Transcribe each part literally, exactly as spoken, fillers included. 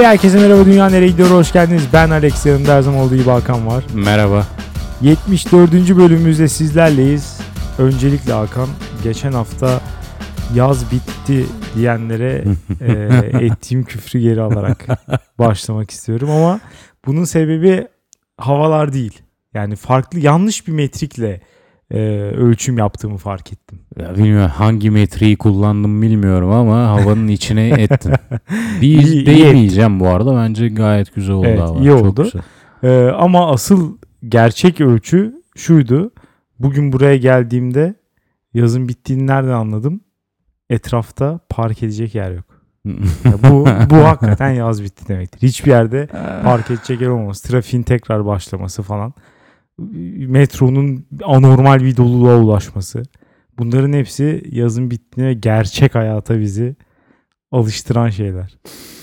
Herkese merhaba, Dünya Nereye Gidiyor, hoş geldiniz. Ben Alex, yanımda her zaman olduğu gibi Hakan var. Merhaba. yetmiş dördüncü bölümümüzde sizlerleyiz. Öncelikle Hakan, geçen hafta yaz bitti diyenlere e, ettiğim küfrü geri alarak başlamak istiyorum ama bunun sebebi havalar değil. Yani farklı, yanlış bir metrikle e, ölçüm yaptığımı fark ettim. Ya bilmiyorum hangi metreyi kullandım bilmiyorum ama havanın içine ettim. Bir İyi, değmeyeceğim iyi bu arada. Bence gayet güzel oldu evet, hava. iyi Çok oldu. güzel. E, ama asıl gerçek ölçü şuydu. Bugün buraya geldiğimde yazın bittiğini nereden anladım? Etrafta park edecek yer yok. bu bu hakikaten yaz bitti demektir. Hiçbir yerde park edecek yer olmaması, trafiğin tekrar başlaması falan, metronun anormal bir doluluğa ulaşması. Bunların hepsi yazın bittiğine ve gerçek hayata bizi alıştıran şeyler.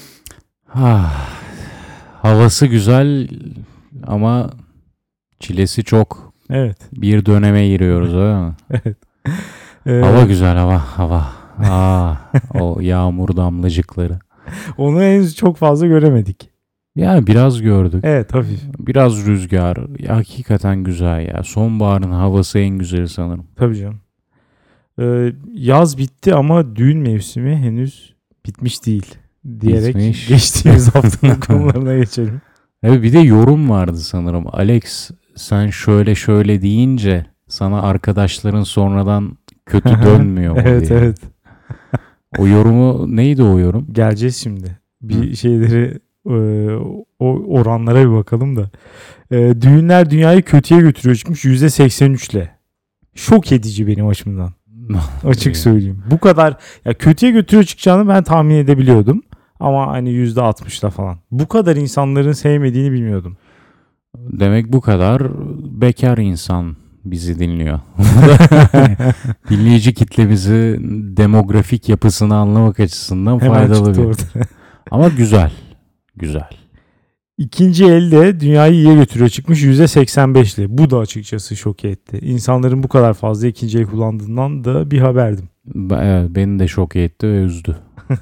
Ah, havası güzel ama çilesi çok. Evet. Bir döneme giriyoruz öyle mi? Evet. Ee, Hava güzel, hava hava. Aa, o yağmur damlacıkları. Onu henüz çok fazla göremedik. Yani biraz gördük. Evet, hafif. Biraz rüzgar. Ya, hakikaten güzel ya. Sonbaharın havası en güzeli sanırım. Tabii canım. Ee, yaz bitti ama düğün mevsimi henüz bitmiş değil diyerek Bitmiş. geçtiğimiz haftanın konularına geçelim. Evet, bir de yorum vardı sanırım. Alex, sen şöyle şöyle deyince sana arkadaşların sonradan kötü dönmüyor mu Evet, diye. evet. O yorumu neydi o yorum? Geleceğiz şimdi. Bir Hı. şeyleri, e, o oranlara bir bakalım da. E, düğünler dünyayı kötüye götürüyor çıkmış yüzde seksen üçle. Şok edici benim açımdan. Açık söyleyeyim. Bu kadar ya kötüye götürüyor çıkacağını ben tahmin edebiliyordum. Ama hani yüzde altmışla falan. Bu kadar insanların sevmediğini bilmiyordum. Demek bu kadar bekar insan bizi dinliyor. Dinleyici kitlemizi, demografik yapısını anlamak açısından Hemen faydalı çıktı bir. ortaya. Ama güzel. Güzel. İkinci elde dünyayı iyiye götürüyor çıkmış yüzde seksen beşle. Bu da açıkçası şok etti. İnsanların bu kadar fazla ikinci el kullandığından da bir haberdim. Evet, beni de şok etti ve üzdü.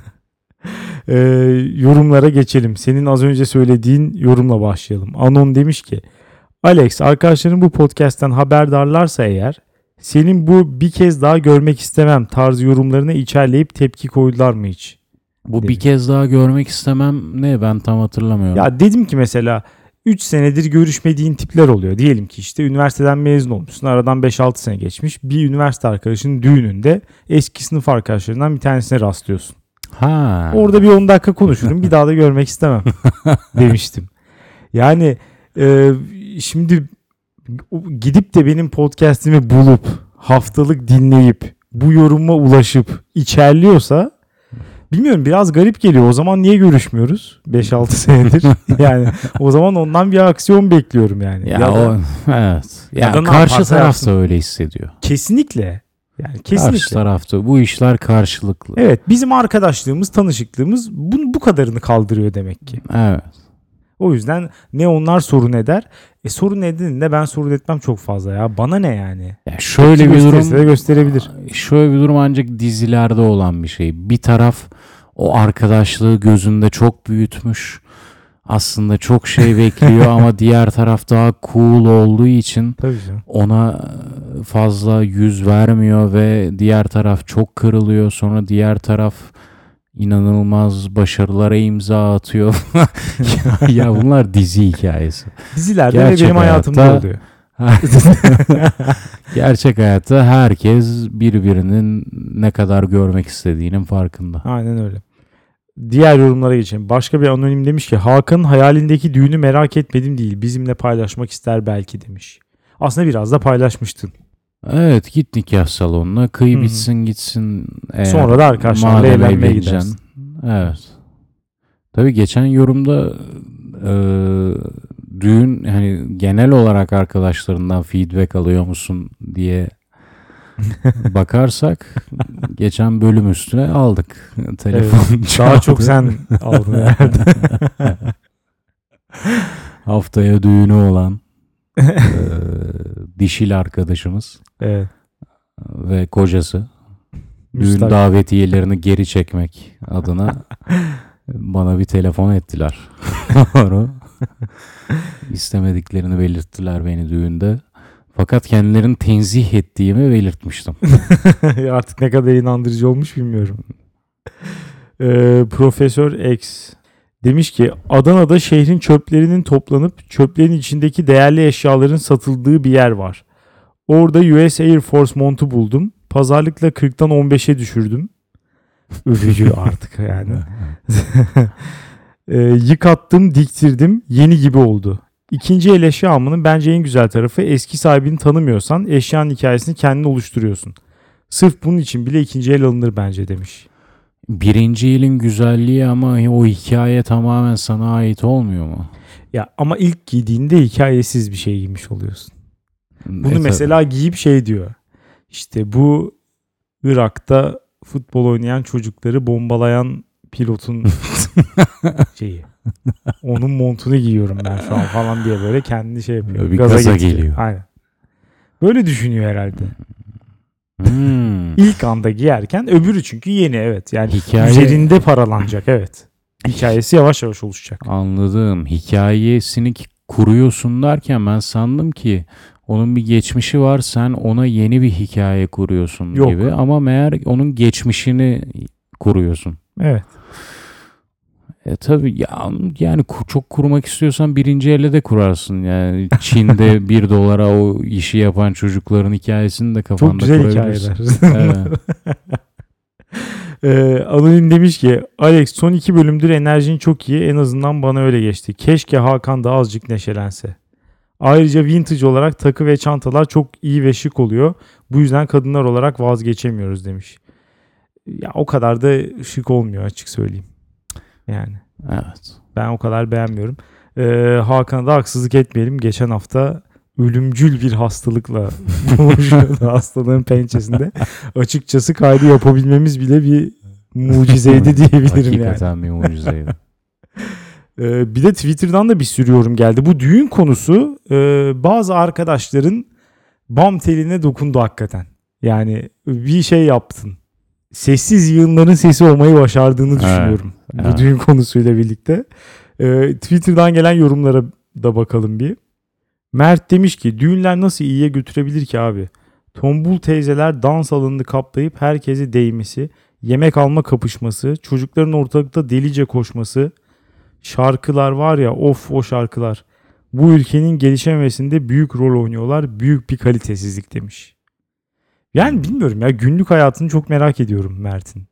Ee, yorumlara geçelim. Senin az önce söylediğin yorumla başlayalım. Anon demiş ki, Alex, arkadaşların bu podcast'ten haberdarlarsa eğer, senin bu bir kez daha görmek istemem tarzı yorumlarına içerleyip tepki koydular mı hiç? Bu Dedim. bir kez daha görmek istemem ne, ben tam hatırlamıyorum. Ya dedim ki mesela üç senedir görüşmediğin tipler oluyor. Diyelim ki işte üniversiteden mezun olmuşsun. Aradan beş altı sene geçmiş. Bir üniversite arkadaşının düğününde eski sınıf arkadaşlarından bir tanesine rastlıyorsun. Ha. Orada bir on dakika konuşurum. Bir daha da görmek istemem demiştim. Yani e, şimdi gidip de benim podcast'imi bulup haftalık dinleyip bu yoruma ulaşıp içerliyorsa bilmiyorum, biraz garip geliyor. O zaman niye görüşmüyoruz beş altı senedir? Yani o zaman ondan bir aksiyon bekliyorum yani. Ya, ya o da, evet. Ya, ya da karşı taraf yapsın. da öyle hissediyor. Kesinlikle. Yani kesinlikle. Karşı tarafta bu işler karşılıklı. Evet, bizim arkadaşlığımız, tanışıklığımız bu, bu kadarını kaldırıyor demek ki. Evet. O yüzden ne onlar sorun eder. E sorun edince ben sorun etmem çok fazla ya. Bana ne yani? Ya şöyle bir Gösterirse durum de gösterebilir. Şöyle bir durum ancak dizilerde olan bir şey. Bir taraf o arkadaşlığı gözünde çok büyütmüş. Aslında çok şey bekliyor ama diğer taraf daha cool olduğu için Tabii canım. ona fazla yüz vermiyor ve diğer taraf çok kırılıyor. Sonra diğer taraf inanılmaz başarılara imza atıyor. ya, ya bunlar dizi hikayesi. Dizilerde Gerçek ve benim hayatımda hayatta- oluyor. Gerçek hayatta herkes birbirinin ne kadar görmek istediğinin farkında. Aynen öyle. Diğer yorumlara geçelim. Başka bir anonim demiş ki, Hakan'ın hayalindeki düğünü merak etmedim değil, bizimle paylaşmak ister belki demiş. Aslında biraz da paylaşmıştın. Evet, git nikah salonuna, kıy Hı hı. bitsin gitsin. Eğer Sonra da arkadaşlarla madem eğlenmeye evleneceksin. gidersin. Evet. Tabii geçen yorumda e, düğün, hani genel olarak arkadaşlarından feedback alıyor musun diye bakarsak geçen bölüm üstüne aldık. Telefon Evet, daha çok sen aldın herhalde. Haftaya düğünü olan e, dişil arkadaşımız Evet. ve kocası düğün Müstakil. davetiyelerini geri çekmek adına Bana bir telefon ettiler. Sonra istemediklerini belirttiler beni düğünde. Fakat kendilerini tenzih ettiğimi belirtmiştim. Artık ne kadar inandırıcı olmuş bilmiyorum. Ee, Profesör X demiş ki Adana'da şehrin çöplerinin toplanıp çöplerin içindeki değerli eşyaların satıldığı bir yer var. Orada U S Air Force montu buldum. Pazarlıkla kırktan on beşe düşürdüm. Övücü artık yani. e, yıkattım, diktirdim. Yeni gibi oldu. İkinci el eşya almanın bence en güzel tarafı eski sahibini tanımıyorsan eşyanın hikayesini kendin oluşturuyorsun. Sırf bunun için bile ikinci el alınır bence demiş. Birinci elin güzelliği ama o hikaye tamamen sana ait olmuyor mu? Ya ama ilk giydiğinde hikayesiz bir şey giymiş oluyorsun. Bunu E, mesela giyip şey diyor. İşte bu Irak'ta futbol oynayan çocukları bombalayan pilotun şeyi. Onun montunu giyiyorum ben şu an falan diye böyle kendi şey yapıyor. Bir gaza, gaza getiriyor. geliyor. Aynen. Böyle düşünüyor herhalde. Hmm. İlk anda giyerken öbürü çünkü yeni evet. Yani Hikaye... üzerinde paralanacak evet. Hikayesi yavaş yavaş oluşacak. Anladım. Hikayesini kuruyorsun derken ben sandım ki onun bir geçmişi var, sen ona yeni bir hikaye kuruyorsun Yok. gibi ama meğer onun geçmişini kuruyorsun. Evet. E tabii ya, yani çok kurmak istiyorsan birinci elle de kurarsın. Yani Çin'de bir dolara o işi yapan çocukların hikayesini de kafanda çok güzel kurabilirsin. Hikayeler. Evet. Ee, Anonim demiş ki Alex son iki bölümdür enerjin çok iyi, en azından bana öyle geçti. Keşke Hakan da azıcık neşelense. Ayrıca vintage olarak takı ve çantalar çok iyi ve şık oluyor. Bu yüzden kadınlar olarak vazgeçemiyoruz demiş. Ya o kadar da şık olmuyor açık söyleyeyim. Yani. Evet. Ben o kadar beğenmiyorum. Ee, Hakan'a da haksızlık etmeyelim. Geçen hafta ölümcül bir hastalıkla boğuşuyordu hastalığın pençesinde. Açıkçası kaydı yapabilmemiz bile bir mucizeydi diyebilirim. Hakikaten yani. bir mucizeydi. Ee, bir de Twitter'dan da bir sürü yorum geldi. Bu düğün konusu e, bazı arkadaşların bam teline dokundu hakikaten. Yani bir şey yaptın. Sessiz yığınların sesi olmayı başardığını düşünüyorum. Evet, bu evet. Düğün konusuyla birlikte. Ee, Twitter'dan gelen yorumlara da bakalım bir. Mert demiş ki düğünler nasıl iyiye götürebilir ki abi? Tombul teyzeler dans alanını kaplayıp herkese değmesi, yemek alma kapışması, çocukların ortalıkta delice koşması, şarkılar var ya of o şarkılar. Bu ülkenin gelişememesinde büyük rol oynuyorlar. Büyük bir kalitesizlik demiş. Yani bilmiyorum ya günlük hayatını çok merak ediyorum Mert'in.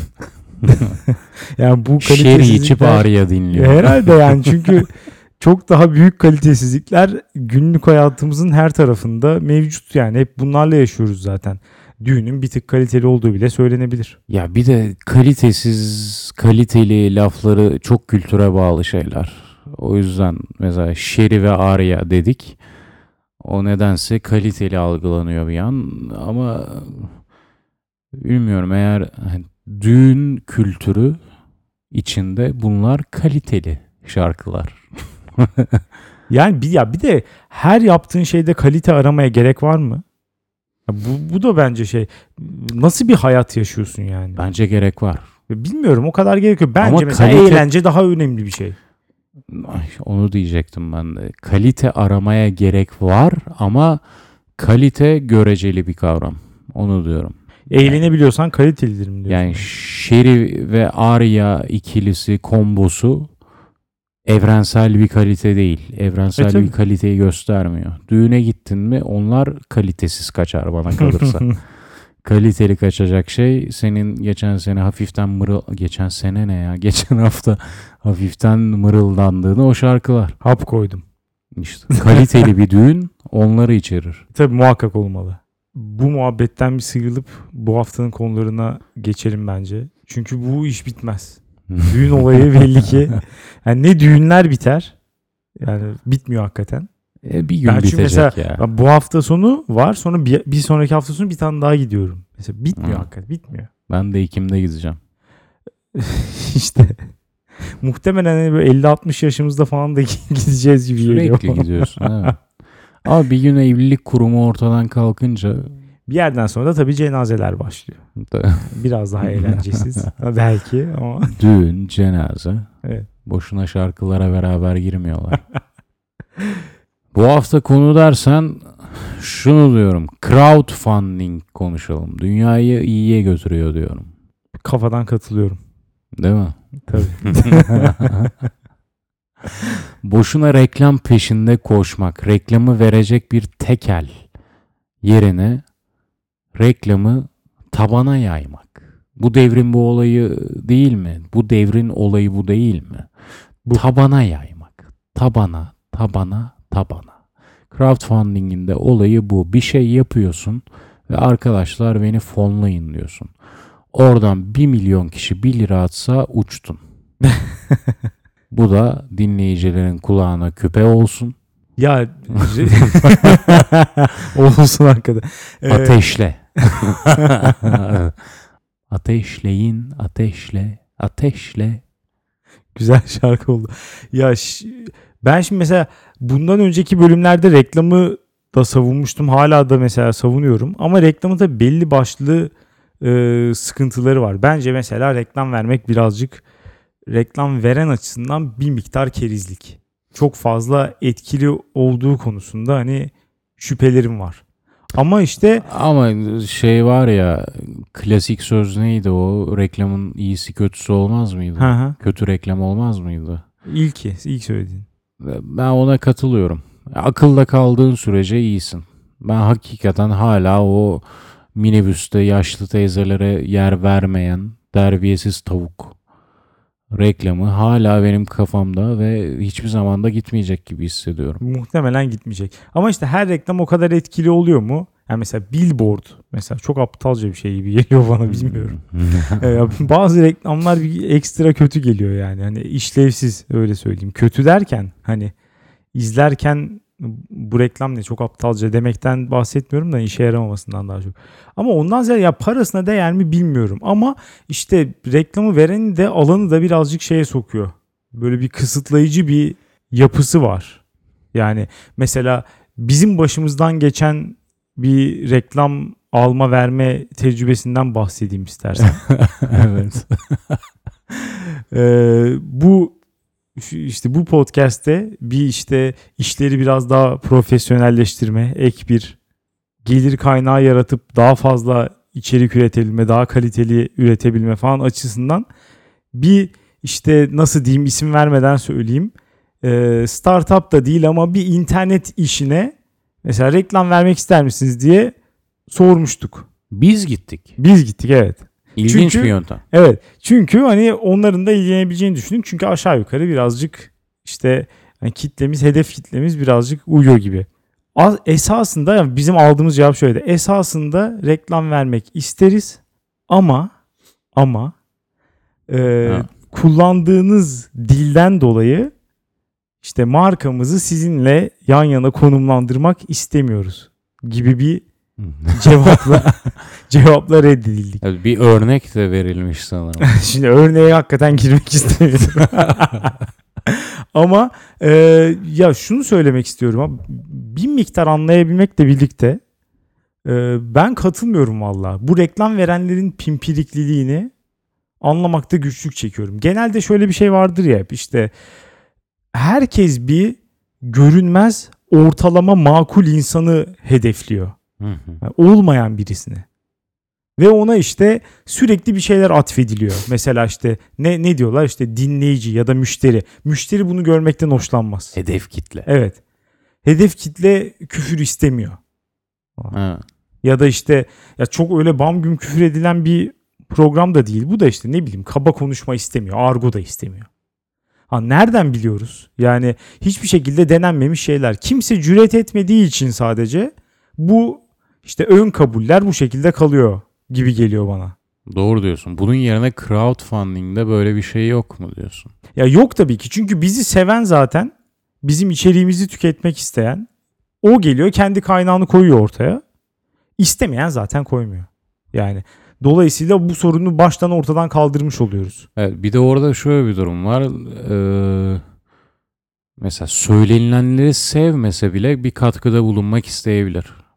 Yani bu kalitesizlikler... Şeri içip ağrıya dinliyor. Herhalde yani çünkü çok daha büyük kalitesizlikler günlük hayatımızın her tarafında mevcut yani. Hep bunlarla yaşıyoruz zaten. Düğünün bir tık kaliteli olduğu bile söylenebilir. Ya bir de kalitesiz, kaliteli lafları çok kültüre bağlı şeyler. O yüzden mesela şeri ve ağrıya dedik. O nedense kaliteli algılanıyor bir an ama bilmiyorum eğer hani, düğün kültürü içinde bunlar kaliteli şarkılar. Yani bir ya bir de her yaptığın şeyde kalite aramaya gerek var mı? Ya bu bu da bence şey nasıl bir hayat yaşıyorsun yani? Bence gerek var. Bilmiyorum o kadar gerekiyor. Bence ama mesela kalite... eğlence daha önemli bir şey. Ay, onu diyecektim ben de. Kalite aramaya gerek var ama kalite göreceli bir kavram. Onu diyorum. Eğlenebiliyorsan yani, kalitelidir mi diyorsun? Yani Şeri ve Arya ikilisi, kombosu evrensel bir kalite değil. Evrensel e, bir kaliteyi göstermiyor. Düğüne gittin mi onlar kalitesiz kaçar bana kalırsa. Kaliteli kaçacak şey senin geçen sene hafiften mırıl... Geçen sene ne ya? Geçen hafta hafiften mırıldandığını o şarkılar. Hap koydum. İşte kaliteli bir düğün onları içerir. Tabii muhakkak olmalı. Bu muhabbetten bir sıyrılıp bu haftanın konularına geçelim bence. Çünkü bu iş bitmez. Düğün olayı belli ki. Yani ne düğünler biter. Yani bitmiyor hakikaten. E, bir gün ben bitecek mesela, ya. Bu hafta sonu var sonra bir, bir sonraki hafta sonu bir tane daha gidiyorum. Mesela bitmiyor hmm. hakikaten bitmiyor. Ben de Ekim'de gideceğim. İşte muhtemelen hani böyle elli altmış yaşımızda falan da gideceğiz gibi geliyor. Sürekli gidiyorsun evet. Ama bir gün evlilik kurumu ortadan kalkınca Bir yerden sonra da tabii cenazeler başlıyor. Biraz daha eğlencesiz belki ama. Düğün, cenaze. Evet. Boşuna şarkılara beraber girmiyorlar. Bu hafta konu dersen şunu diyorum. Crowdfunding konuşalım. Dünyayı iyiye götürüyor diyorum. Kafadan katılıyorum. Değil mi? Tabii. Boşuna reklam peşinde koşmak, reklamı verecek bir tekel yerine reklamı tabana yaymak. Bu devrin bu olayı değil mi? Bu devrin olayı bu değil mi? Bu. Tabana yaymak. Tabana, tabana, tabana. Crowdfunding'in de olayı bu. Bir şey yapıyorsun ve arkadaşlar beni fonlayın diyorsun. Oradan bir milyon kişi bir lira atsa uçtun. Bu da dinleyicilerin kulağına küpe olsun. Ya olsun hakikaten. Ee... Ateşle. Ateşleyin, ateşle, ateşle. Güzel şarkı oldu. Ya ben şimdi mesela bundan önceki bölümlerde reklamı da savunmuştum. Hala da mesela savunuyorum. Ama reklamın da belli başlı e, sıkıntıları var. Bence mesela reklam vermek birazcık reklam veren açısından bir miktar kerizlik. Çok fazla etkili olduğu konusunda hani şüphelerim var. Ama işte ama şey var ya, klasik söz neydi o? Reklamın iyisi kötüsü olmaz mıydı? Hı hı. Kötü reklam olmaz mıydı? İlki, ilk söylediğin. Ben ona katılıyorum. Akılda kaldığın sürece iyisin. Ben hakikaten hala o minibüste yaşlı teyzelere yer vermeyen terbiyesiz tavuk reklamı hala benim kafamda ve hiçbir zaman da gitmeyecek gibi hissediyorum. Muhtemelen gitmeyecek. Ama işte her reklam o kadar etkili oluyor mu? Yani mesela billboard mesela çok aptalca bir şey gibi geliyor bana, bilmiyorum. ee, bazı reklamlar bir ekstra kötü geliyor yani. Hani işlevsiz, öyle söyleyeyim. Kötü derken hani izlerken bu reklam ne çok aptalca demekten bahsetmiyorum da işe yaramamasından daha çok. Ama ondan ziyade ya parasına değer mi bilmiyorum. Ama işte reklamı vereni de alanı da birazcık şeye sokuyor. Böyle bir kısıtlayıcı bir yapısı var. Yani mesela bizim başımızdan geçen bir reklam alma verme tecrübesinden bahsedeyim istersen. Evet. ee, bu işte bu podcast'te bir işte işleri biraz daha profesyonelleştirme, ek bir gelir kaynağı yaratıp daha fazla içerik üretebilme, daha kaliteli üretebilme falan açısından bir işte nasıl diyeyim, isim vermeden söyleyeyim. Ee, startup da değil ama bir internet işine mesela reklam vermek ister misiniz diye sormuştuk. Biz gittik. Biz gittik, evet. İlginç çünkü, bir yöntem. Evet. Çünkü hani onların da ilgilenebileceğini düşündük. Çünkü aşağı yukarı birazcık işte hani kitlemiz, hedef kitlemiz birazcık uyuyor gibi. Esasında yani bizim aldığımız cevap şöyle. Esasında reklam vermek isteriz ama ama e, kullandığınız dilden dolayı işte markamızı sizinle yan yana konumlandırmak istemiyoruz gibi bir cevapla cevapla reddedildik. Evet, bir örnek de verilmiş sanırım. Şimdi örneğe hakikaten girmek istemiyorum. Ama e, ya şunu söylemek istiyorum abi. Bir miktar anlayabilmekle birlikte e, ben katılmıyorum valla. Bu reklam verenlerin pimpirikliliğini anlamakta güçlük çekiyorum. Genelde şöyle bir şey vardır ya, hep işte herkes bir görünmez ortalama makul insanı hedefliyor. Yani olmayan birisini. Ve ona işte sürekli bir şeyler atfediliyor. Mesela işte ne ne diyorlar, işte dinleyici ya da müşteri. Müşteri bunu görmekten hoşlanmaz. Hedef kitle. Evet. Hedef kitle küfür istemiyor. Ha. Ya da işte ya çok öyle bam güm küfür edilen bir program da değil. Bu da işte ne bileyim kaba konuşma istemiyor. Argo da istemiyor. Ha, nereden biliyoruz? Yani hiçbir şekilde denenmemiş şeyler. Kimse cüret etmediği için sadece bu işte ön kabuller bu şekilde kalıyor gibi geliyor bana. Doğru diyorsun. Bunun yerine crowdfunding'de böyle bir şey yok mu diyorsun? Ya yok tabii ki. Çünkü bizi seven, zaten bizim içeriğimizi tüketmek isteyen, o geliyor kendi kaynağını koyuyor ortaya. İstemeyen zaten koymuyor. Yani dolayısıyla bu sorunu baştan ortadan kaldırmış oluyoruz. Evet, bir de orada şöyle bir durum var. Ee, mesela söylenilenleri sevmese bile bir katkıda bulunmak isteyebilir.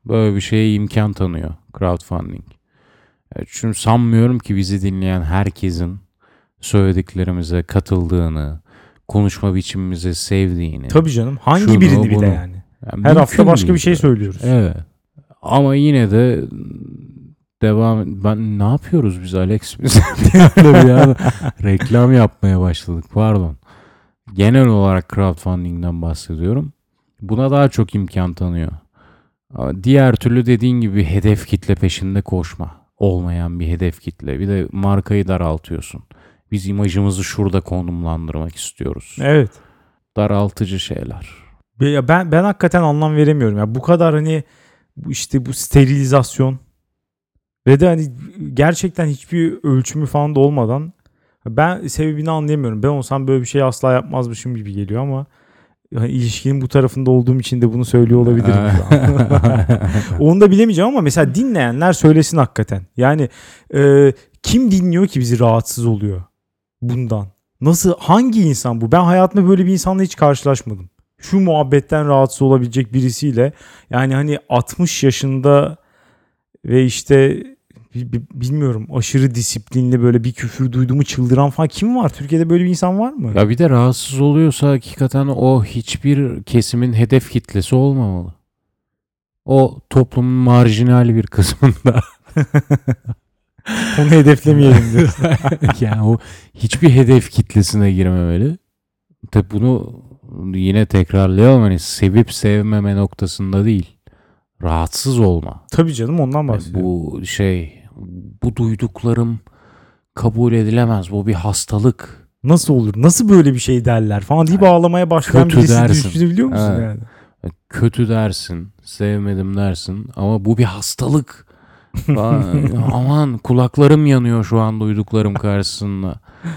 Böyle bir şeye imkan tanıyor crowdfunding. Çünkü sanmıyorum ki bizi dinleyen herkesin söylediklerimize katıldığını, konuşma biçimimizi sevdiğini. Tabii canım. Hangi şunu, birini bir bunu. de yani. Yani Her hafta başka değil bir şey de. söylüyoruz. Evet. Ama yine de devam. Ben ne yapıyoruz biz Alex? Biz bir anda reklam yapmaya başladık. Pardon. Genel olarak crowdfunding'den bahsediyorum. Buna daha çok imkan tanıyor. Ama diğer türlü dediğin gibi hedef kitle peşinde koşma. Olmayan bir hedef kitle. Bir de markayı daraltıyorsun. Biz imajımızı şurada konumlandırmak istiyoruz. Evet. Daraltıcı şeyler. Ya ben ben hakikaten anlam veremiyorum. Ya bu kadar hani bu işte bu sterilizasyon ve de hani gerçekten hiçbir ölçümü falan da olmadan ben sebebini anlayamıyorum. Ben olsam böyle bir şey asla yapmazmışım gibi geliyor ama yani ilişkinin bu tarafında olduğum için de bunu söylüyor olabilirim. Onu da bilemeyeceğim ama mesela dinleyenler söylesin hakikaten. Yani e, kim dinliyor ki bizi rahatsız oluyor bundan? Nasıl, hangi insan bu? Ben hayatımda böyle bir insanla hiç karşılaşmadım. Şu muhabbetten rahatsız olabilecek birisiyle yani hani altmış yaşında ve işte bilmiyorum aşırı disiplinli böyle bir küfür duyduğumu çıldıran falan kim var? Türkiye'de böyle bir insan var mı? Ya bir de rahatsız oluyorsa hakikaten o hiçbir kesimin hedef kitlesi olmamalı. O toplumun marjinal bir kısmında. Onu hedeflemeyelim diyorsun. Yani o hiçbir hedef kitlesine girmemeli. Tabi bunu yine tekrarlayalım, hani sevip sevmeme noktasında değil. Rahatsız olma. Tabii canım, ondan bahsediyorum. Bu şey, bu duyduklarım kabul edilemez. Bu bir hastalık. Nasıl olur? Nasıl böyle bir şey derler falan deyip ağlamaya başlayan Kötü birisi dersin. düşünebiliyor musun Evet. yani? Kötü dersin, sevmedim dersin ama bu bir hastalık. Aman kulaklarım yanıyor şu an duyduklarım karşısında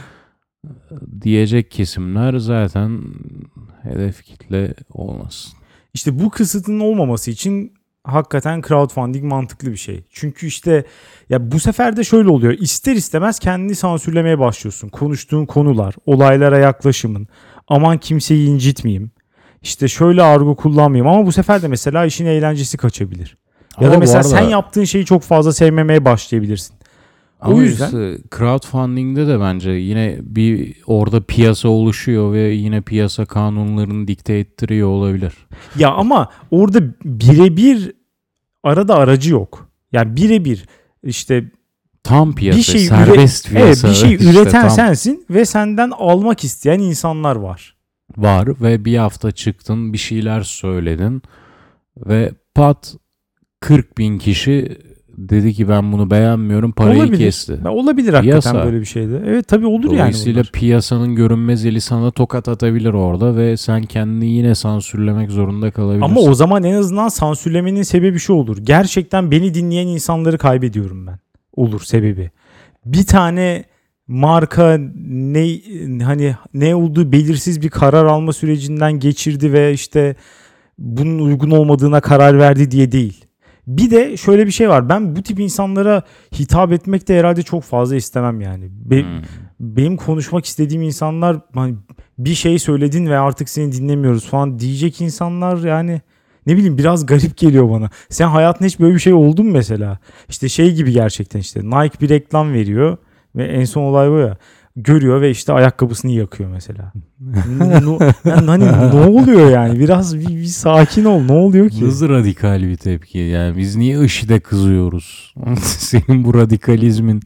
diyecek kesimler zaten hedef kitle olmasın. İşte bu kısıtın olmaması için hakikaten crowdfunding mantıklı bir şey. Çünkü işte ya bu sefer de şöyle oluyor. İster istemez kendini sansürlemeye başlıyorsun. Konuştuğun konular, olaylara yaklaşımın. Aman kimseyi incitmeyeyim. İşte şöyle argo kullanmayayım. Ama bu sefer de mesela işin eğlencesi kaçabilir. Ya Ama da mesela arada, sen yaptığın şeyi çok fazla sevmemeye başlayabilirsin. Ama o yüzden işte crowdfunding'de de bence yine bir orada piyasa oluşuyor ve yine piyasa kanunlarını dikte ettiriyor olabilir. Ya ama orada birebir arada aracı yok. Yani birebir işte tam piyasa, bir şey serbest üre- piyasa. Evet, bir şey işte üreten tam sensin ve senden almak isteyen insanlar var. var ve bir hafta çıktın, bir şeyler söyledin ve pat kırk bin kişi dedi ki ben bunu beğenmiyorum, parayı Olabilir. kesti. Ya olabilir hakikaten Piyasa. böyle bir şeyde. Evet tabii olur yani Dolayısıyla bunlar. piyasanın görünmez eli sana tokat atabilir orada ve sen kendini yine sansürlemek zorunda kalabilirsin. Ama o zaman en azından sansürlemenin sebebi şu olur. Gerçekten beni dinleyen insanları kaybediyorum ben. Olur sebebi. Bir tane marka ne hani ne olduğu belirsiz bir karar alma sürecinden geçirdi ve işte bunun uygun olmadığına karar verdi diye değil. Bir de şöyle bir şey var. Ben bu tip insanlara hitap etmek de herhalde çok fazla istemem yani. Be- Hmm. Benim konuşmak istediğim insanlar hani bir şey söyledin ve artık seni dinlemiyoruz falan diyecek insanlar yani ne bileyim biraz garip geliyor bana. Sen hayatında hiç böyle bir şey oldu mu mesela? İşte şey gibi gerçekten işte Nike bir reklam veriyor ve en son olay bu ya. Görüyor ve işte ayakkabısını yakıyor mesela. no, yani hani ne oluyor yani? Biraz bir, bir sakin ol. Ne oluyor ki? Nasıl radikal bir tepki? Yani biz niye IŞİD'e kızıyoruz? Senin bu radikalizmin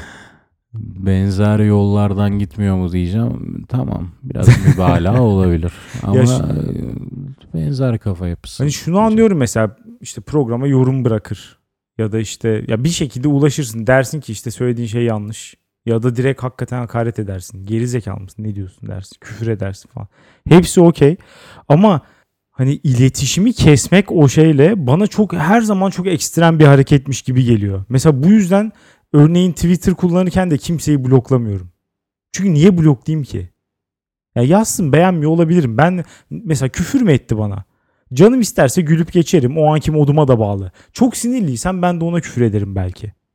benzer yollardan gitmiyor mu diyeceğim. Tamam. Biraz mübalağa olabilir. Ama Ya şu- benzer kafa yapısı. Hani şunu anlıyorum mesela işte programa yorum bırakır. Ya da işte ya bir şekilde ulaşırsın. Dersin ki işte söylediğin şey yanlış. Ya da direkt hakikaten hakaret edersin. Geri zekalı mısın? Ne diyorsun dersin. Küfür edersin falan. Hepsi okey. Ama hani iletişimi kesmek o şeyle bana çok her zaman çok ekstrem bir hareketmiş gibi geliyor. Mesela bu yüzden örneğin Twitter kullanırken de kimseyi bloklamıyorum. Çünkü niye bloklayayım ki? Ya yazsın, beğenmiyor olabilirim. Ben mesela küfür mü etti bana? Canım isterse gülüp geçerim. O anki moduma da bağlı. Çok sinirliysem ben de ona küfür ederim belki.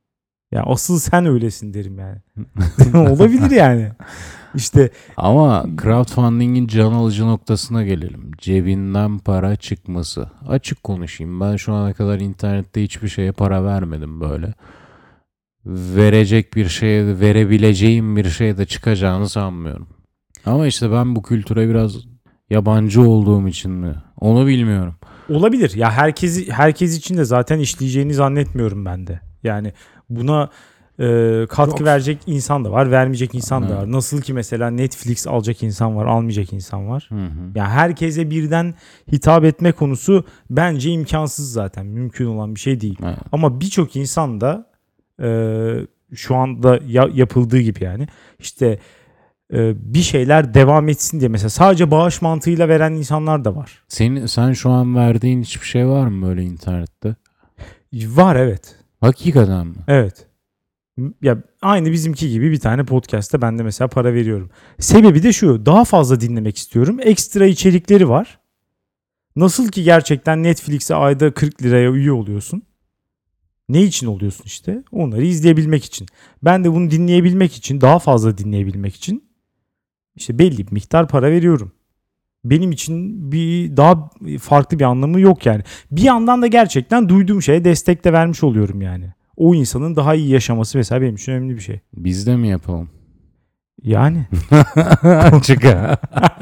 Ya asıl sen öylesin derim yani. Olabilir yani. İşte ama crowdfunding'in can alıcı noktasına gelelim. Cebinden para çıkması. Açık konuşayım. Ben şu ana kadar internette hiçbir şeye para vermedim böyle. Verecek bir şeye, verebileceğim bir şeye de çıkacağını sanmıyorum. Ama işte ben bu kültüre biraz yabancı olduğum için mi? Onu bilmiyorum. olabilir. Ya herkes herkes için de zaten işleyeceğini zannetmiyorum ben de. Yani buna e, katkı Yok. verecek insan da var, vermeyecek insan da Evet. var. Nasıl ki mesela Netflix alacak insan var, almayacak insan var. Hı hı. Yani herkese birden hitap etme konusu bence imkansız zaten. Mümkün olan bir şey değil. Evet. Ama birçok insan da e, şu anda ya- yapıldığı gibi yani işte e, bir şeyler devam etsin diye mesela sadece bağış mantığıyla veren insanlar da var. Senin, sen şu an verdiğin hiçbir şey var mı böyle internette? Var, evet. Hakikaten mi? Evet. Ya aynı bizimki gibi bir tane podcast'te ben de mesela para veriyorum. Sebebi de şu: daha fazla dinlemek istiyorum. Ekstra içerikleri var. Nasıl ki gerçekten Netflix'e ayda kırk liraya üye oluyorsun. Ne için oluyorsun işte? Onları izleyebilmek için. Ben de bunu dinleyebilmek için, daha fazla dinleyebilmek için işte belli bir miktar para veriyorum. Benim için bir daha farklı bir anlamı yok yani. Bir yandan da gerçekten duyduğum şeye destek de vermiş oluyorum yani. O insanın daha iyi yaşaması mesela benim için önemli bir şey. Biz de mi yapalım? Yani. Çıkar.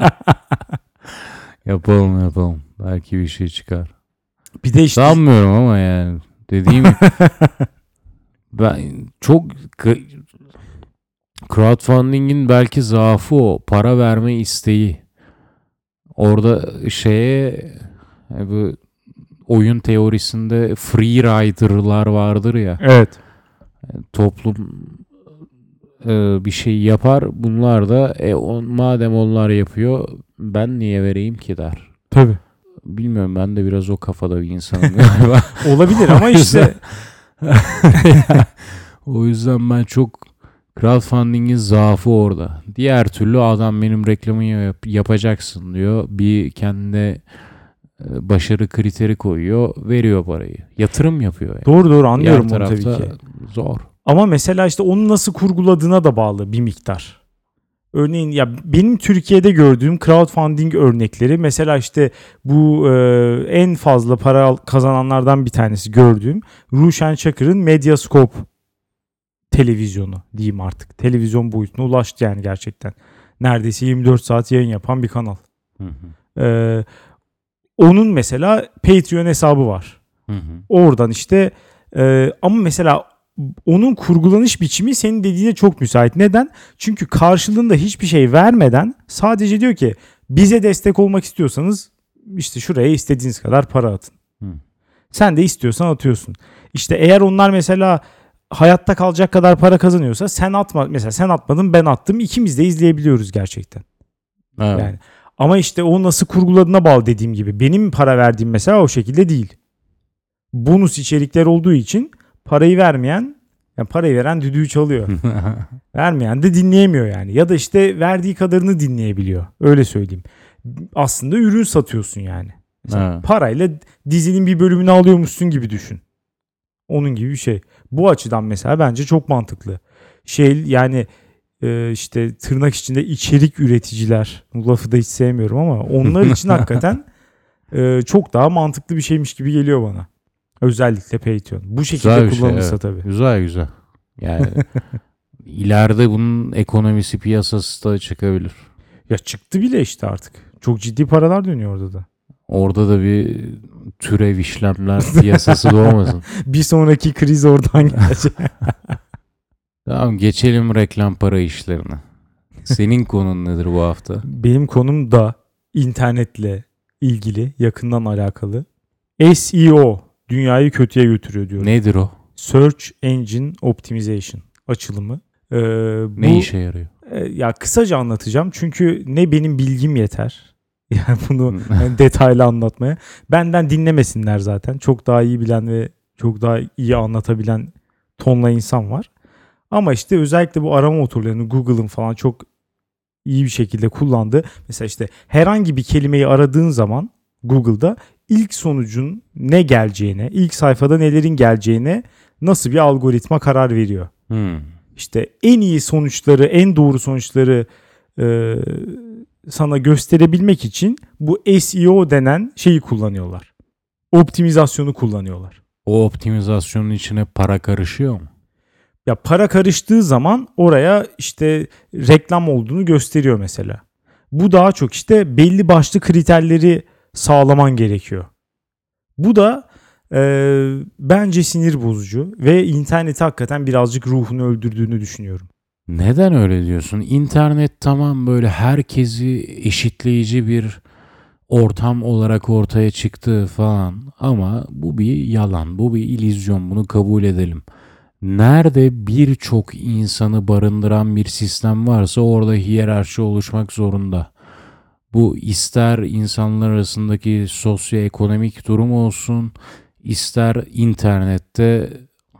yapalım yapalım. Belki bir şey çıkar. Bir de işte Sanmıyorum ama yani. Dediğim gibi ben çok crowdfunding'in belki zaafı o. Para verme isteği. Orada şeye bu oyun teorisinde free rider'lar vardır ya. evet. Toplum e, bir şey yapar. Bunlar da e, on, madem onlar yapıyor ben niye vereyim ki der. Tabii. Bilmiyorum, ben de biraz o kafada bir insanım galiba. Olabilir ama işte o yüzden ben çok crowdfunding'in zaafı orada. Diğer türlü adam benim reklamımı yap- yapacaksın diyor. Bir kendine e, başarı kriteri koyuyor. Veriyor parayı. Yatırım yapıyor yani. doğru doğru anlıyorum Diğer onu tabii tarafta ki. zor. Ama mesela işte onu nasıl kurguladığına da bağlı bir miktar. Örneğin ya benim Türkiye'de gördüğüm crowdfunding örnekleri mesela işte bu e, en fazla para al- kazananlardan bir tanesi gördüğüm Ruşen Çakır'ın Medyascope televizyonu diyeyim artık. Televizyon boyutuna ulaştı yani gerçekten. Neredeyse yirmi dört saat yayın yapan bir kanal. Hı hı. Ee, onun mesela Patreon hesabı var. Hı hı. Oradan işte e, ama mesela onun kurgulanış biçimi senin dediğine çok müsait. Neden? Çünkü karşılığında hiçbir şey vermeden sadece diyor ki bize destek olmak istiyorsanız işte şuraya istediğiniz kadar para atın. Hı. Sen de istiyorsan atıyorsun. İşte eğer onlar mesela hayatta kalacak kadar para kazanıyorsa sen atma, mesela sen atmadın ben attım, ikimiz de izleyebiliyoruz gerçekten. Evet. Yani ama işte o nasıl kurguladığına bağlı dediğim gibi. Benim para verdiğim mesela o şekilde değil. Bonus içerikler olduğu için parayı vermeyen, yani parayı veren düdüğü çalıyor. Vermeyen de dinleyemiyor yani. Ya da işte verdiği kadarını dinleyebiliyor. Öyle söyleyeyim. Aslında ürün satıyorsun yani. Mesela Evet. parayla dizinin bir bölümünü alıyormuşsun gibi düşün. Onun gibi bir şey. Bu açıdan mesela bence çok mantıklı. Şey yani e, işte tırnak içinde içerik üreticiler. Bu lafı da hiç sevmiyorum ama onlar için hakikaten e, çok daha mantıklı bir şeymiş gibi geliyor bana. Özellikle Patreon. Bu şekilde Güzel bir şey, kullanılırsa evet. tabii. Güzel güzel. Yani ileride bunun ekonomisi piyasası da çıkabilir. Ya çıktı bile işte artık. Çok ciddi paralar dönüyor orada da. Orada da bir türev işlemler piyasası doğmasın. Bir sonraki kriz oradan gelecek. Tamam, geçelim reklam para işlerine. Senin konun nedir bu hafta? Benim konum da internetle ilgili, yakından alakalı. S E O dünyayı kötüye götürüyor diyorum. Nedir o? Search Engine Optimization açılımı. Ee, bu, Ne işe yarıyor? e, ya kısaca anlatacağım çünkü ne benim bilgim yeter. Yani bunu yani detaylı anlatmaya. Benden dinlemesinler zaten. Çok daha iyi bilen ve çok daha iyi anlatabilen tonla insan var. Ama işte özellikle bu arama motorlarını Google'ın falan çok iyi bir şekilde kullandığı. Mesela işte herhangi bir kelimeyi aradığın zaman Google'da ilk sonucun ne geleceğine, ilk sayfada nelerin geleceğine nasıl bir algoritma karar veriyor? Hmm. İşte en iyi sonuçları, en doğru sonuçları e, sana gösterebilmek için bu S E O denen şeyi kullanıyorlar. Optimizasyonu kullanıyorlar. O optimizasyonun içine para karışıyor mu? Ya para karıştığı zaman oraya işte reklam olduğunu gösteriyor mesela. Bu daha çok işte belli başlı kriterleri sağlaman gerekiyor. Bu da e, bence sinir bozucu ve interneti hakikaten birazcık ruhunu öldürdüğünü düşünüyorum. Neden öyle diyorsun? İnternet tamam böyle herkesi eşitleyici bir ortam olarak ortaya çıktı falan ama bu bir yalan, bu bir illüzyon, bunu kabul edelim. Nerede birçok insanı barındıran bir sistem varsa orada hiyerarşi oluşmak zorunda. Bu ister insanlar arasındaki sosyoekonomik durum olsun, ister internette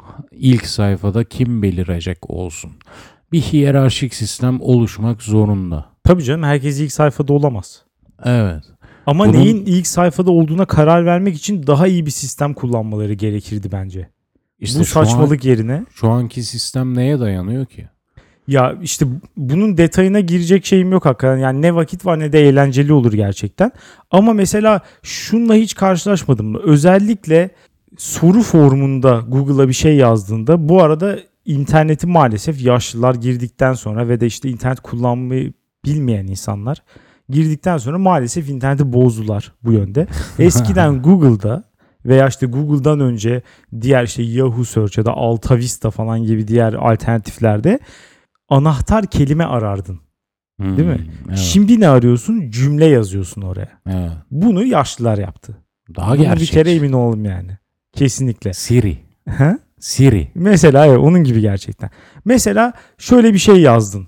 ilk sayfada kim belirecek olsun. Bir hiyerarşik sistem oluşmak zorunda. Tabii canım, herkes ilk sayfada olamaz. Evet. Ama Bunun... neyin ilk sayfada olduğuna karar vermek için daha iyi bir sistem kullanmaları gerekirdi bence. İşte bu saçmalık an, yerine. Şu anki sistem neye dayanıyor ki? Ya işte bunun detayına girecek şeyim yok hakikaten. Yani ne vakit var ne de eğlenceli olur gerçekten. Ama mesela şununla hiç karşılaşmadım mı? Özellikle soru formunda Google'a bir şey yazdığında, bu arada interneti maalesef yaşlılar girdikten sonra ve de işte internet kullanmayı bilmeyen insanlar girdikten sonra maalesef interneti bozdular bu yönde. Eskiden Google'da veya işte Google'dan önce diğer işte Yahoo Search ya da Alta Vista falan gibi diğer alternatiflerde anahtar kelime arardın. Hmm, değil mi? Evet. Şimdi ne arıyorsun? Cümle yazıyorsun oraya. Evet. Bunu yaşlılar yaptı. Daha Bunu gerçek. bir kere emin olalım yani. Kesinlikle. Siri. Ha? Siri. Mesela evet, onun gibi gerçekten. Mesela şöyle bir şey yazdın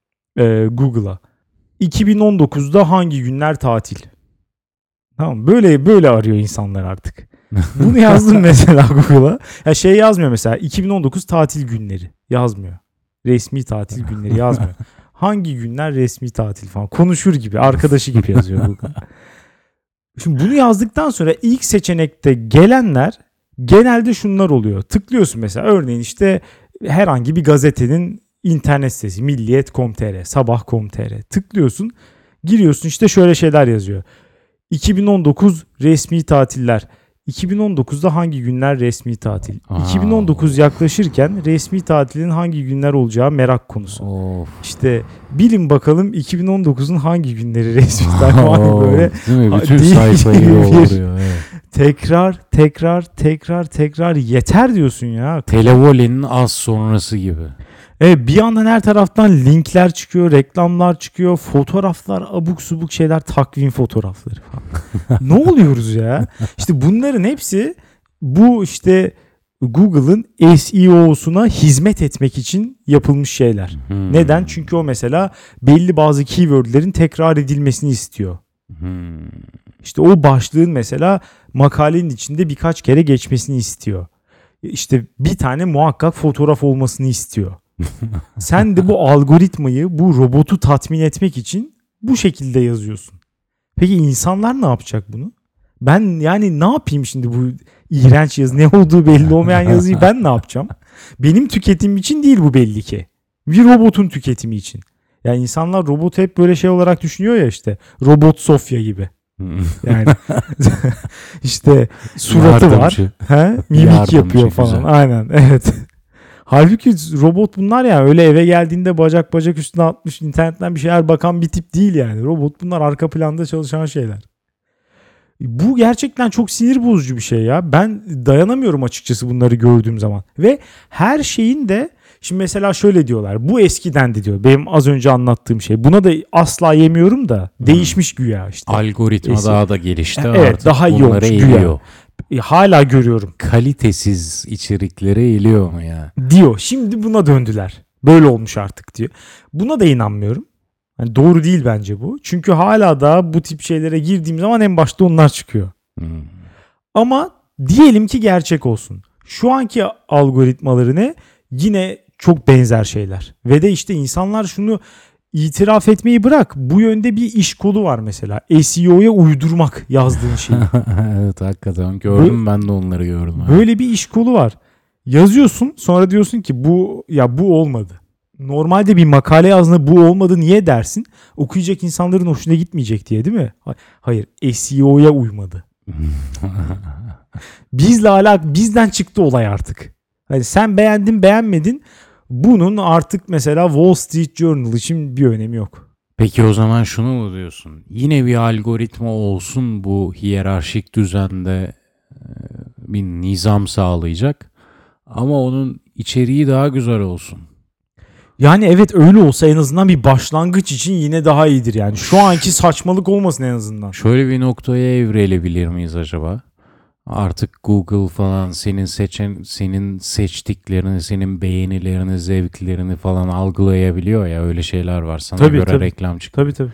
e, Google'a. iki bin on dokuzda hangi günler tatil? Tamam, böyle böyle arıyor insanlar artık. Bunu yazdım mesela Google'a. Ya şey yazmıyor mesela, iki bin on dokuz tatil günleri yazmıyor. Resmi tatil günleri yazmıyor. Hangi günler resmi tatil falan konuşur gibi, arkadaşı gibi yazıyor Google. Şimdi bunu yazdıktan sonra ilk seçenekte gelenler genelde şunlar oluyor. Tıklıyorsun mesela, örneğin işte herhangi bir gazetenin internet sitesi milliyet nokta com nokta tr, sabah nokta com nokta tr tıklıyorsun, giriyorsun, işte şöyle şeyler yazıyor. iki bin on dokuz resmi tatiller. iki bin on dokuzda hangi günler resmi tatil? Aa. iki bin on dokuz yaklaşırken resmi tatilin hangi günler olacağı merak konusu. Of. İşte bilin bakalım iki bin on dokuzun hangi günleri resmi tatil? Böyle değil mi? Bütün değil sayfayı bir- dolduruyor. Evet. tekrar tekrar tekrar tekrar yeter diyorsun ya. Televole'nin az sonrası gibi. Evet, bir yandan her taraftan linkler çıkıyor, reklamlar çıkıyor, fotoğraflar, abuk subuk şeyler, takvim fotoğrafları falan. Ne oluyoruz ya? İşte bunların hepsi bu işte Google'ın S E O'suna hizmet etmek için yapılmış şeyler. Hmm. Neden? Çünkü o mesela belli bazı keywordlerin tekrar edilmesini istiyor. Hmm. İşte o başlığın mesela makalenin içinde birkaç kere geçmesini istiyor. İşte bir tane muhakkak fotoğraf olmasını istiyor. Sen de bu algoritmayı, bu robotu tatmin etmek için bu şekilde yazıyorsun. Peki insanlar ne yapacak bunu? Ben yani ne yapayım şimdi bu iğrenç yazı, ne olduğu belli olmayan yazıyı ben ne yapacağım? Benim tüketimim için değil bu belli ki. Bir robotun tüketimi için. Yani insanlar robotu hep böyle şey olarak düşünüyor ya, işte robot Sofya gibi. Yani işte suratı Yardımcı. var, he? Mimik Yardımcı, yapıyor falan. güzel. Aynen, evet. Halbuki robot bunlar ya, öyle eve geldiğinde bacak bacak üstüne atmış internetten bir şeyler bakan bir tip değil yani. Robot bunlar, arka planda çalışan şeyler. Bu gerçekten çok sinir bozucu bir şey ya. Ben dayanamıyorum açıkçası bunları gördüğüm zaman. Ve her şeyin de şimdi mesela şöyle diyorlar. Bu eskidendi diyor. Benim az önce anlattığım şey. Buna da asla yemiyorum da. Değişmiş güya işte. Algoritma Eski. daha da gelişti Evet, artık. daha iyi Onları olmuş güya. eliyor. E, hala görüyorum Kalitesiz içerikleri eliyor mu ya? diyor. Şimdi buna döndüler. Böyle olmuş artık diyor. Buna da inanmıyorum. Yani doğru değil bence bu. Çünkü hala da bu tip şeylere girdiğim zaman en başta onlar çıkıyor. Hmm. Ama diyelim ki gerçek olsun. Şu anki algoritmaları ne? Yine çok benzer şeyler. Ve de işte insanlar şunu itiraf etmeyi bırak. Bu yönde bir iş kolu var mesela. S E O'ya uydurmak yazdığın şeyi. Evet, hakikaten gördüm, ben de onları gördüm. Böyle bir iş kolu var. Yazıyorsun, sonra diyorsun ki bu ya bu olmadı. Normalde bir makale yazdığında bu olmadı niye dersin? Okuyacak insanların hoşuna gitmeyecek diye, değil mi? Hayır, S E O'ya uymadı. Bizle alakalı, bizden çıktı olay artık. Hani sen beğendin beğenmedin, bunun artık mesela Wall Street Journal için bir önemi yok. Peki o zaman şunu mu diyorsun? Yine bir algoritma olsun, bu hiyerarşik düzende bir nizam sağlayacak ama onun içeriği daha güzel olsun. Yani evet, öyle olsa en azından bir başlangıç için yine daha iyidir yani. Şu anki saçmalık olmasın en azından. Şöyle bir noktaya evrilebilir miyiz acaba? Artık Google falan senin seçen senin seçtiklerini, senin beğenilerini, zevklerini falan algılayabiliyor ya, öyle şeyler var. Sana tabii, göre tabii. reklam çıkıyor. Tabii tabii.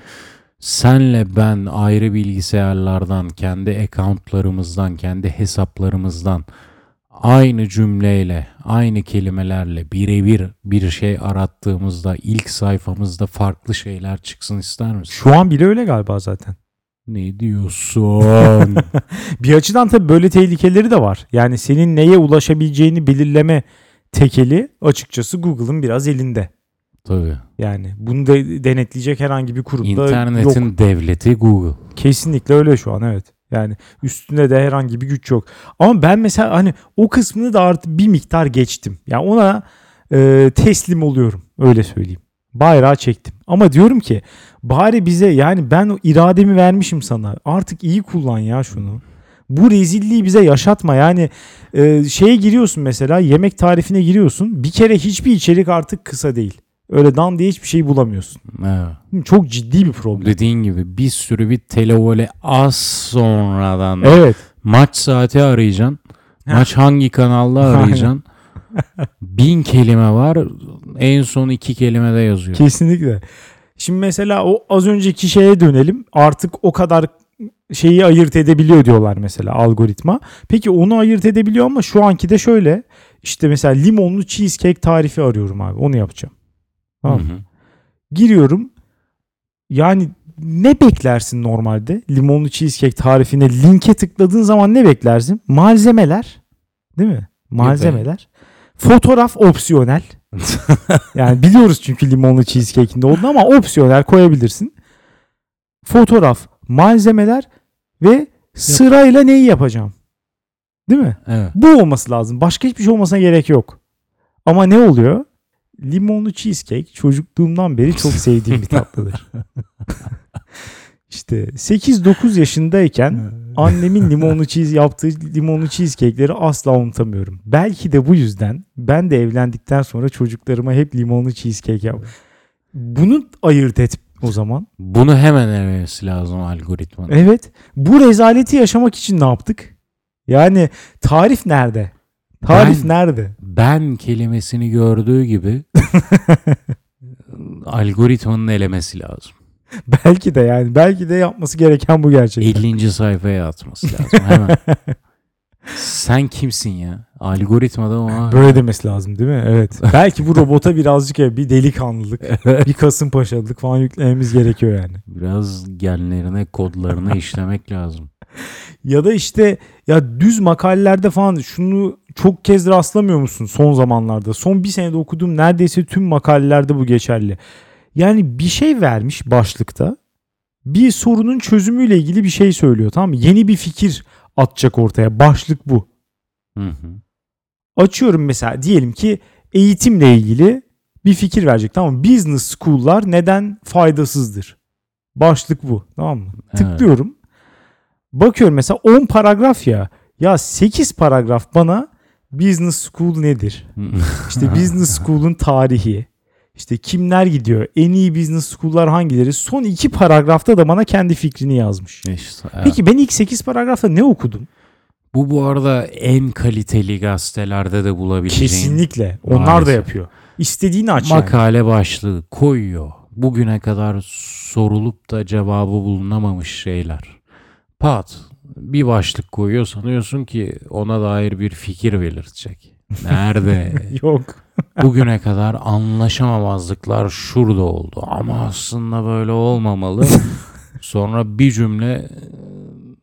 Senle ben ayrı bilgisayarlardan, kendi accountlarımızdan, kendi hesaplarımızdan aynı cümleyle, aynı kelimelerle birebir bir şey arattığımızda ilk sayfamızda farklı şeyler çıksın ister misin? Şu an bile öyle galiba zaten. Ne diyorsun? Bir açıdan tabii böyle tehlikeleri de var. Yani senin neye ulaşabileceğini belirleme tekeli açıkçası Google'ın biraz elinde. Tabii. Yani bunu da denetleyecek herhangi bir kurum da İnternetin yok. devleti Google. Kesinlikle öyle şu an, evet. Yani üstünde de herhangi bir güç yok. Ama ben mesela hani o kısmını da artık bir miktar geçtim. Yani ona e, teslim oluyorum, öyle söyleyeyim. Bayrağı çektim. Ama diyorum ki bari bize, yani ben o irademi vermişim sana. Artık iyi kullan ya şunu. Bu rezilliği bize yaşatma. Yani e, şeye giriyorsun mesela, yemek tarifine giriyorsun. Bir kere hiçbir içerik artık kısa değil. Öyle dan diye hiçbir şey bulamıyorsun. Evet. Çok ciddi bir problem. Dediğin gibi bir sürü bir televole az sonradan. Evet. Maç saati arayacaksın. Maç hangi kanalda arayacaksın. Bin kelime var. En son iki kelime de yazıyor. Kesinlikle. Şimdi mesela o az önceki şeye dönelim. Artık o kadar şeyi ayırt edebiliyor diyorlar mesela algoritma. Peki onu ayırt edebiliyor ama şu anki de şöyle. İşte mesela limonlu cheesecake tarifi arıyorum abi. Onu yapacağım. Tamam mı? Giriyorum. Yani ne beklersin normalde? Limonlu cheesecake tarifine linke tıkladığın zaman ne beklersin? Malzemeler. Değil mi? Malzemeler. Fotoğraf opsiyonel. Yani biliyoruz çünkü limonlu cheesecake'in de olduğunu, ama opsiyonel koyabilirsin. Fotoğraf, malzemeler ve sırayla neyi yapacağım? Değil mi? Evet. Bu olması lazım. Başka hiçbir şey olmasına gerek yok. Ama ne oluyor? Limonlu cheesecake çocukluğumdan beri çok sevdiğim bir tatlıdır. İşte sekiz dokuz yaşındayken annemin limonlu cheese yaptığı limonlu cheesecake'leri asla unutamıyorum. Belki de bu yüzden ben de evlendikten sonra çocuklarıma hep limonlu cheesecake yap. Bunu ayırt et o zaman. Bunu hemen vermesi lazım algoritmanın. Evet. Bu rezaleti yaşamak için ne yaptık? Yani tarif nerede? Tarif Ben- nerede? Ben kelimesini gördüğü gibi algoritmanın elemesi lazım. Belki de yani. Belki de yapması gereken bu gerçekten. ellinci sayfaya atması lazım hemen. Sen kimsin ya? Algoritmada ama Böyle demesi lazım değil mi? Evet. Belki bu robota birazcık bir delikanlılık, bir Kasımpaşalılık falan yüklememiz gerekiyor yani. biraz genlerine, kodlarına işlemek lazım. Ya da işte ya düz makalelerde falan şunu çok kez rastlamıyor musun son zamanlarda? Son bir senede okuduğum neredeyse tüm makalelerde bu geçerli. Yani bir şey vermiş başlıkta. Bir sorunun çözümüyle ilgili bir şey söylüyor, tamam mı? Yeni bir fikir atacak ortaya. Başlık bu. Hı hı. Açıyorum mesela, diyelim ki eğitimle ilgili bir fikir verecek, tamam mı? Business school'lar neden faydasızdır? Başlık bu, tamam mı? Evet. Tıklıyorum. Bakıyorum mesela on paragraf ya. Ya sekiz paragraf bana business school nedir? İşte business school'un tarihi. İşte kimler gidiyor? En iyi business school'lar hangileri? Son iki paragrafta da bana kendi fikrini yazmış. İşte, evet. Peki ben ilk sekiz paragrafta ne okudum? Bu bu arada en kaliteli gazetelerde de bulabileceğin. Kesinlikle. Onlar Maalesef. da yapıyor. İstediğini aç yani. Makale başlığı koyuyor. Bugüne kadar sorulup da cevabı bulunamamış şeyler. Pat bir başlık koyuyor, sanıyorsun ki ona dair bir fikir belirtecek. Nerede? Yok. Bugüne kadar anlaşamamazlıklar şurada oldu ama aslında böyle olmamalı. Sonra bir cümle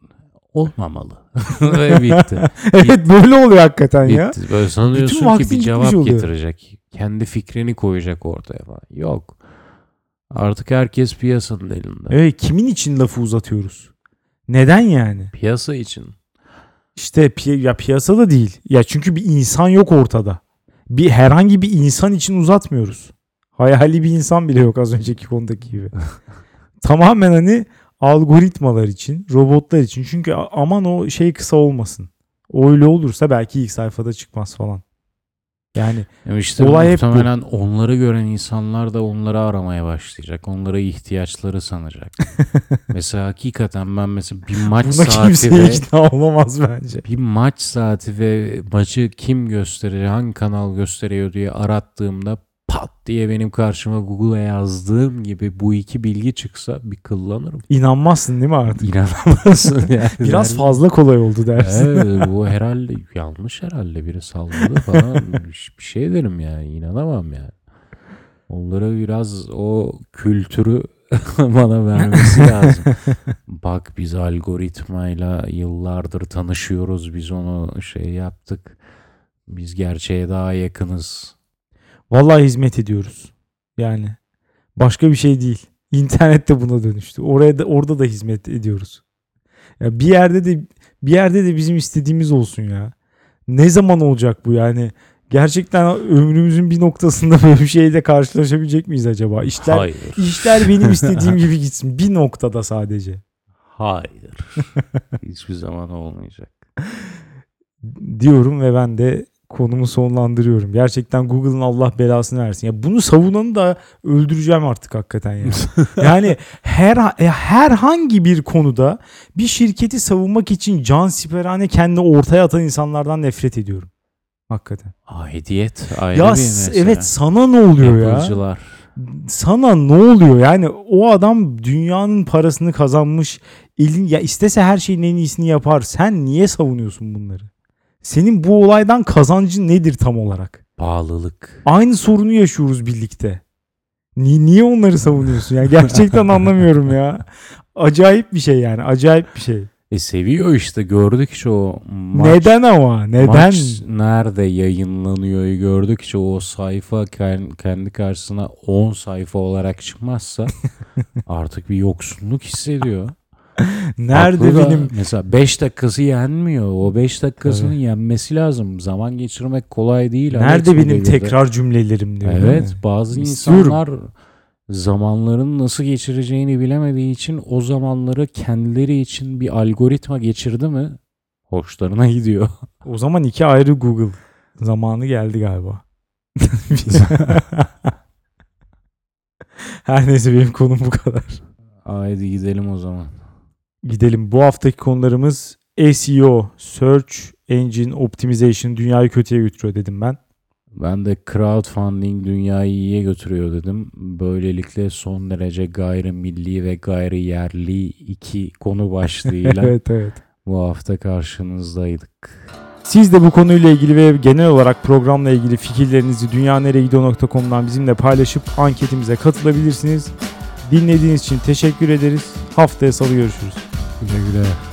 olmamalı. Ve bitti. Evet, böyle oluyor hakikaten ya. Bitti. Böyle sanıyorsun ki vaktin bir gitmiş cevap oluyor. getirecek. Kendi fikrini koyacak ortaya falan. Yok. Artık herkes piyasanın elinde. Evet, kimin için lafı uzatıyoruz? Neden yani? Piyasa için. İşte pi- ya piyasada değil. Ya çünkü bir insan yok ortada. Bir herhangi bir insan için uzatmıyoruz. Hayali bir insan bile yok az önceki konudaki gibi. Tamamen hani algoritmalar için, robotlar için. Çünkü a- aman o şey kısa olmasın. Öyle olursa belki ilk sayfada çıkmaz falan. Yani Yani işte olay hep bu. muhtemelen onları gören insanlar da onları aramaya başlayacak. Onlara ihtiyaçları sanacak. Mesela hakikaten ben mesela bir maç buna saati kimseye ve ikna olamaz bence. bir maç saati ve maçı kim gösteriyor, hangi kanal gösteriyor diye arattığımda pat diye benim karşıma Google'a yazdığım gibi bu iki bilgi çıksa bir kıllanırım. İnanmazsın değil mi artık? İnanamazsın yani. Biraz fazla kolay oldu dersin. Evet, bu herhalde yanlış herhalde biri salladı falan bir şey derim yani, inanamam yani. Onlara biraz o kültürü bana vermesi lazım. Bak biz algoritmayla yıllardır tanışıyoruz, biz onu şey yaptık, biz gerçeğe daha yakınız. Vallahi hizmet ediyoruz. Yani başka bir şey değil. İnternet de buna dönüştü. Oraya da orada da hizmet ediyoruz. Ya bir yerde de bir yerde de bizim istediğimiz olsun ya. Ne zaman olacak bu yani? Gerçekten ömrümüzün bir noktasında böyle bir şeyle karşılaşabilecek miyiz acaba? İşler Hayır. işler benim istediğim gibi gitsin. Bir noktada sadece. Hayır. Hiçbir zaman olmayacak. Diyorum ve ben de konumu sonlandırıyorum. Gerçekten Google'ın Allah belasını versin. Ya bunu savunanı da öldüreceğim artık hakikaten ya. Yani her herhangi bir konuda bir şirketi savunmak için cansiperane kendini ortaya atan insanlardan nefret ediyorum. Hakikaten. Aidiyet ayrı Ya bir mesele. evet, sana ne oluyor ya? Yapıcılar. Sana ne oluyor? Yani o adam dünyanın parasını kazanmış. Elin, ya istese her şeyin en iyisini yapar. Sen niye savunuyorsun bunları? Senin bu olaydan kazancın nedir tam olarak? Bağlılık. Aynı sorunu yaşıyoruz birlikte. Ni- niye onları savunuyorsun? Yani gerçekten anlamıyorum ya. Acayip bir şey yani. Acayip bir şey. E seviyor işte, gördükçe o maç. Neden ama? Neden? Maç nerede yayınlanıyor gördükçe o sayfa kendi karşısına on sayfa olarak çıkmazsa artık bir yoksunluk hissediyor. Nerede Haklı da benim? mesela beş dakikası yenmiyor. O beş dakikasının Evet. yenmesi lazım. Zaman geçirmek kolay değil. Nerede Alex, benim tekrar cümlelerim diyor. Evet, bazı İstiyorum. insanlar zamanların nasıl geçireceğini bilemediği için o zamanları kendileri için bir algoritma geçirdi mi hoşlarına gidiyor. O zaman iki ayrı Google zamanı geldi galiba. Her neyse, benim konum bu kadar. Haydi gidelim o zaman. Gidelim. Bu haftaki konularımız S E O, Search Engine Optimization, dünyayı kötüye götürüyor dedim ben. Ben de crowdfunding dünyayı iyiye götürüyor dedim. Böylelikle son derece gayrimilli ve gayri yerli iki konu başlığıyla Evet evet. bu hafta karşınızdaydık. Siz de bu konuyla ilgili ve genel olarak programla ilgili fikirlerinizi dünyaneregidiyor nokta com'dan bizimle paylaşıp anketimize katılabilirsiniz. Dinlediğiniz için teşekkür ederiz. Haftaya salı görüşürüz. Güle güle.